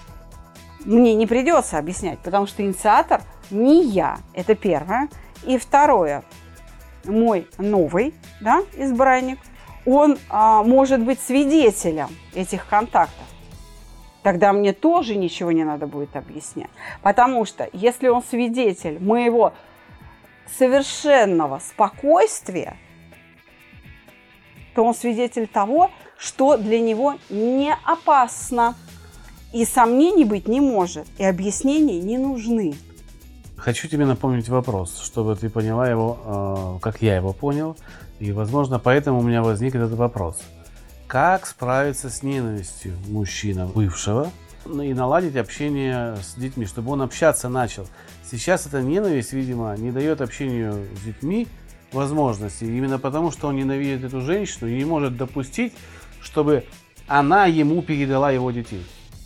мне не придется объяснять, потому что инициатор не я, это первое. И второе, мой новый избранник, он может быть свидетелем этих контактов. Тогда мне тоже ничего не надо будет объяснять. Потому что если он свидетель моего совершенного спокойствия, то он свидетель того, что для него не опасно. И сомнений быть не может, и объяснений не нужны. Хочу тебе напомнить вопрос, чтобы ты поняла его, как я его понял. И, возможно, поэтому у меня возник этот вопрос. Как справиться с ненавистью мужчины бывшего и наладить общение с детьми, чтобы он общаться начал? Сейчас эта ненависть, видимо, не дает общению с детьми возможности. Именно потому, что он ненавидит эту женщину и не может допустить, чтобы она ему передала его детей.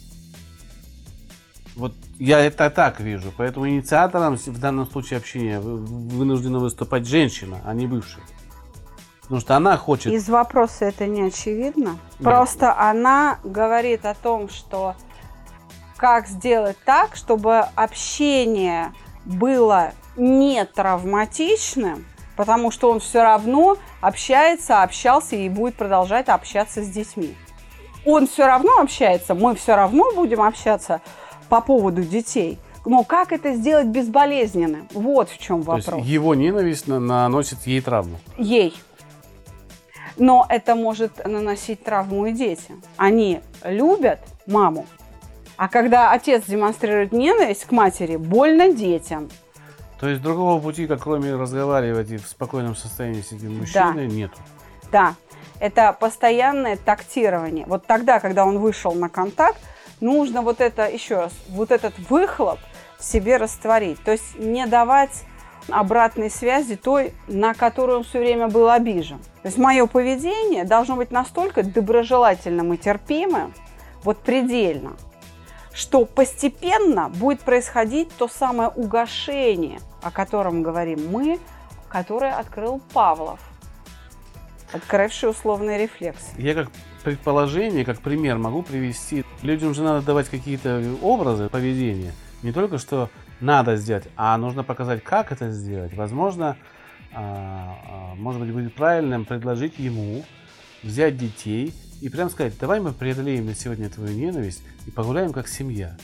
Вот я это так вижу. Поэтому инициатором в данном случае общения вынуждена выступать женщина, а не бывший. Потому что она хочет... Из вопроса это не очевидно. Нет. Просто она говорит о том, что как сделать так, чтобы общение было не травматичным, потому что он все равно общался и будет продолжать общаться с детьми. Он все равно общается, мы все равно будем общаться по поводу детей. Но как это сделать безболезненно? Вот в чем вопрос. То есть его ненависть наносит ей травму. Ей. Но это может наносить травму и детям. Они любят маму, а когда отец демонстрирует ненависть к матери, больно детям. То есть другого пути, как кроме разговаривать и в спокойном состоянии с этим мужчиной, нету. Да, это постоянное тактирование. Вот тогда, когда он вышел на контакт, нужно вот это, еще раз, вот этот выхлоп в себе растворить. То есть не давать обратной связи той, на которую он все время был обижен. То есть мое поведение должно быть настолько доброжелательным и терпимым, вот предельно, что постепенно будет происходить то самое угошение, о котором говорим мы, которое открыл Павлов, открывший условный рефлекс. Я как предположение, как пример могу привести. Людям же надо давать какие-то образы поведения. Не только что надо сделать, а нужно показать, как это сделать. Возможно, может быть, будет правильным предложить ему взять детей и прям сказать: давай мы преодолеем на сегодня твою ненависть и погуляем как семья.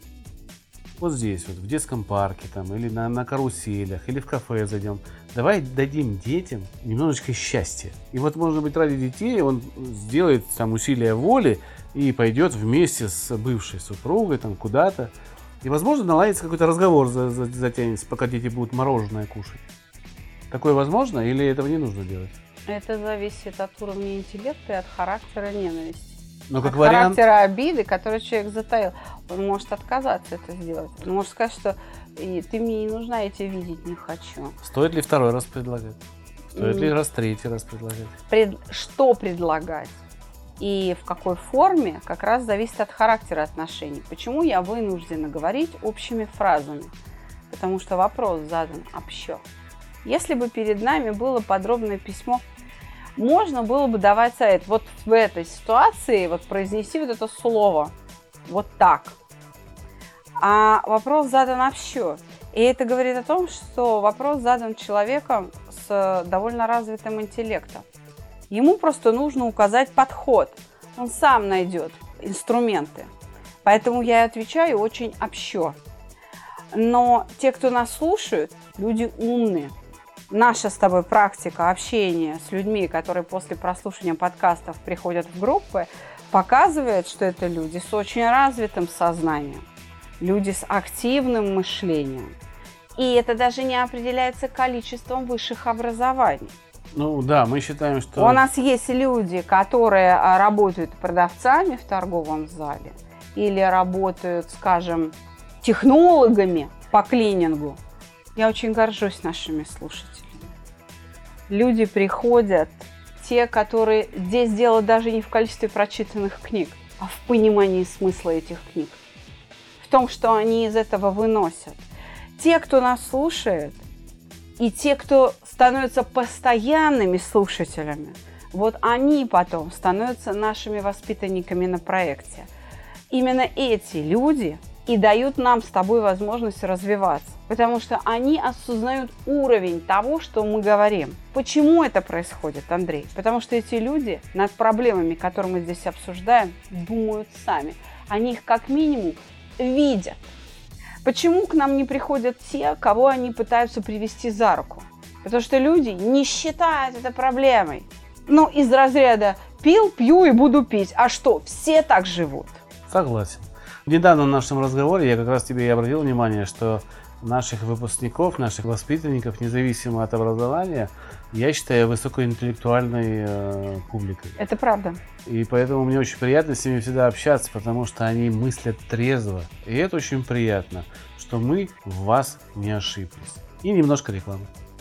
Вот здесь, вот в детском парке там, или на каруселях, или в кафе зайдем. Давай дадим детям немножечко счастья. И вот, может быть, ради детей он сделает там усилия воли и пойдет вместе с бывшей супругой там куда-то. И, возможно, наладится какой-то разговор, затянется, пока дети будут мороженое кушать. Такое возможно или этого не нужно делать? Это зависит от уровня интеллекта и от характера ненависти. Но как от вариант... характера обиды, который человек затаил. Он может отказаться это сделать. Он может сказать, что ты мне не нужна, я тебя видеть не хочу. Стоит ли второй раз предлагать? Стоит ли третий раз предлагать? Что предлагать? И в какой форме, как раз зависит от характера отношений. Почему я вынуждена говорить общими фразами? Потому что вопрос задан общо. Если бы перед нами было подробное письмо, можно было бы давать совет. Вот в этой ситуации вот произнести вот это слово вот так. А вопрос задан общо. И это говорит о том, что вопрос задан человеком с довольно развитым интеллектом. Ему просто нужно указать подход. Он сам найдет инструменты. Поэтому я отвечаю очень общо. Но те, кто нас слушают, люди умные. Наша с тобой практика общения с людьми, которые после прослушивания подкастов приходят в группы, показывает, что это люди с очень развитым сознанием, люди с активным мышлением. И это даже не определяется количеством высших образований. Ну да, мы считаем, что... У нас есть люди, которые работают продавцами в торговом зале или работают, скажем, технологами по клинингу. Я очень горжусь нашими слушателями. Люди приходят, те, которые здесь дело даже не в количестве прочитанных книг, а в понимании смысла этих книг. В том, что они из этого выносят. Те, кто нас слушает, и те, кто становятся постоянными слушателями, вот они потом становятся нашими воспитанниками на проекте. Именно эти люди и дают нам с тобой возможность развиваться, потому что они осознают уровень того, что мы говорим. Почему это происходит, Андрей? Потому что эти люди над проблемами, которые мы здесь обсуждаем, думают сами. Они их как минимум видят. Почему к нам не приходят те, кого они пытаются привести за руку? Потому что люди не считают это проблемой. Ну, из разряда «пил, пью и буду пить». А что, все так живут? Согласен. Недавно в нашем разговоре я как раз тебе и обратил внимание, что наших выпускников, наших воспитанников, независимо от образования, я считаю высокоинтеллектуальной публикой. Это правда. И поэтому мне очень приятно с ними всегда общаться, потому что они мыслят трезво. И это очень приятно, что мы в вас не ошиблись. И немножко рекламы.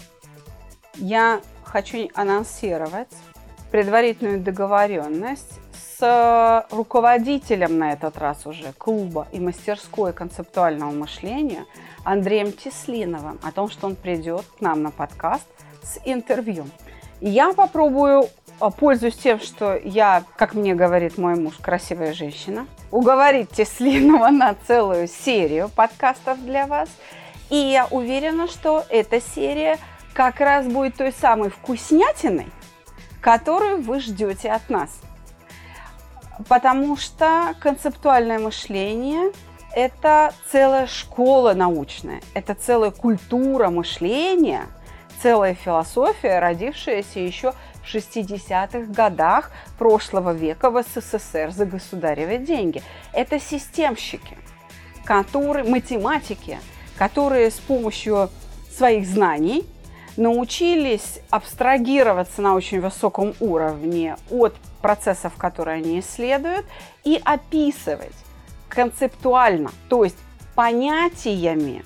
Я хочу анонсировать предварительную договоренность с руководителем на этот раз уже клуба и мастерской концептуального мышления Андреем Теслиновым о том, что он придет к нам на подкаст с интервью. Я попробую, пользуясь тем, что я, как мне говорит мой муж, красивая женщина, уговорить Теслинова на целую серию подкастов для вас. И я уверена, что эта серия как раз будет той самой вкуснятиной, которую вы ждете от нас. Потому что концептуальное мышление – это целая школа научная, это целая культура мышления, целая философия, родившаяся еще в 60-х годах прошлого века в СССР за государевы деньги. Это системщики, математики, которые с помощью своих знаний научились абстрагироваться на очень высоком уровне от процессов, которые они исследуют, и описывать концептуально, то есть понятиями,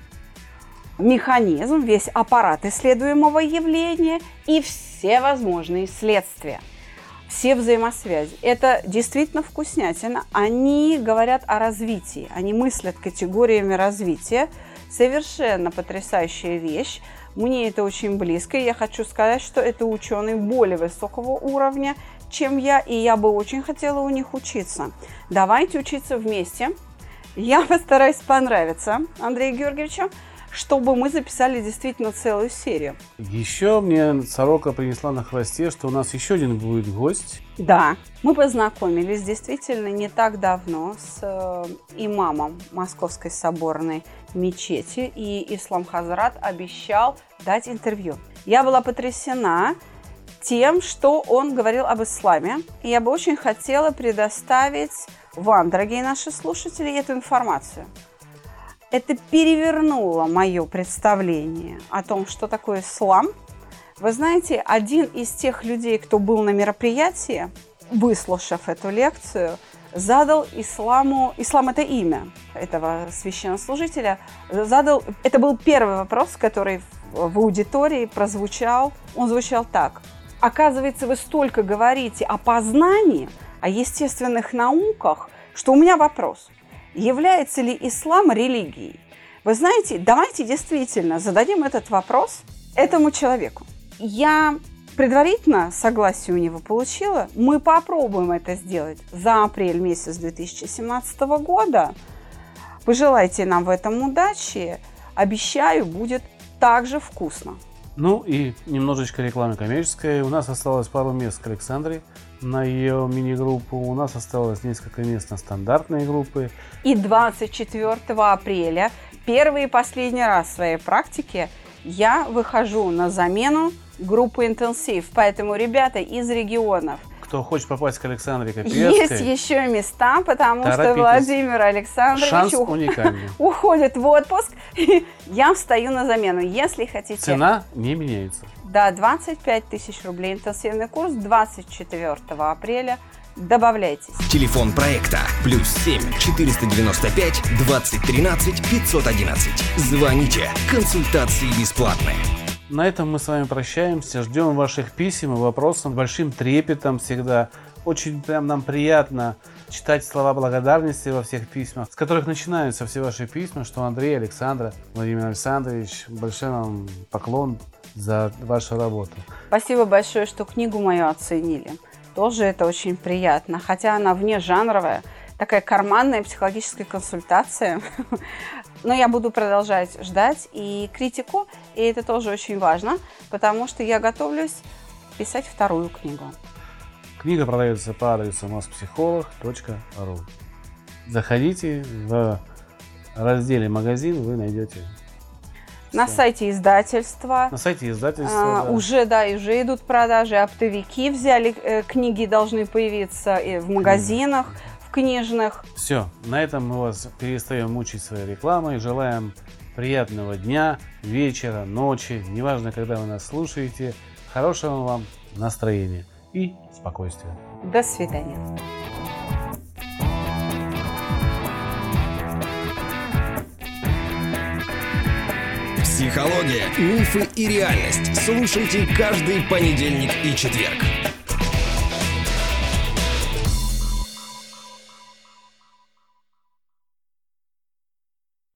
механизм, весь аппарат исследуемого явления и все возможные следствия, все взаимосвязи. Это действительно вкуснятина. Они говорят о развитии, они мыслят категориями развития. Совершенно потрясающая вещь. Мне это очень близко. И я хочу сказать, что это ученые более высокого уровня, чем я, и я бы очень хотела у них учиться. Давайте учиться вместе. Я постараюсь понравиться Андрею Георгиевичу, чтобы мы записали действительно целую серию. Еще мне сорока принесла на хвосте, что у нас еще один будет гость. Да, мы познакомились действительно не так давно с имамом Московской соборной мечети, и Ислам Хазрат обещал дать интервью. Я была потрясена тем, что он говорил об исламе, и я бы очень хотела предоставить вам, дорогие наши слушатели, эту информацию. Это перевернуло мое представление о том, что такое ислам. Вы знаете, один из тех людей, кто был на мероприятии, выслушав эту лекцию, задал исламу, ислам – это имя этого священнослужителя, это был первый вопрос, который в аудитории прозвучал. Он звучал так: оказывается, вы столько говорите о познании, о естественных науках, что у меня вопрос: является ли ислам религией? Вы знаете, давайте действительно зададим этот вопрос этому человеку. Я предварительно согласие у него получила. Мы попробуем это сделать за апрель месяц 2017 года. Пожелайте нам в этом удачи. Обещаю, будет также вкусно. Ну и немножечко рекламы коммерческой. У нас осталось пару мест к Александре на ее мини-группу. У нас осталось несколько мест на стандартные группы. И 24 апреля, первый и последний раз в своей практике, я выхожу на замену группы «Интенсив». Поэтому, ребята из регионов, кто хочет попасть к Александре Капецкой, есть еще места, потому что Владимир Александрович уходит в отпуск. Я встаю на замену, если хотите. Цена не меняется. Да, 25 тысяч рублей интенсивный курс 24 апреля. Добавляйтесь. Телефон проекта +7 495 20 13 511. Звоните. Консультации бесплатные. На этом мы с вами прощаемся. Ждем ваших писем и вопросов с большим трепетом всегда. Очень прям нам приятно читать слова благодарности во всех письмах, с которых начинаются все ваши письма, что Андрей, Александра, Владимир Александрович, большой вам поклон за вашу работу. Спасибо большое, что книгу мою оценили. Тоже это очень приятно, хотя она внежанровая, такая карманная психологическая консультация. Но я буду продолжать ждать и критику, и это тоже очень важно, потому что я готовлюсь писать вторую книгу. Книга продается по адресу mospsycholog.ru. Заходите, в разделе «Магазин» вы найдете. На сайте издательства. На сайте издательства, да. Уже идут продажи, оптовики взяли, книги должны появиться и в магазинах, в книжных. Все, на этом мы вас перестаем мучить своей рекламой. Желаем приятного дня, вечера, ночи, неважно, когда вы нас слушаете. Хорошего вам настроения и спокойствия. До свидания. Психология, мифы и реальность. Слушайте каждый понедельник и четверг.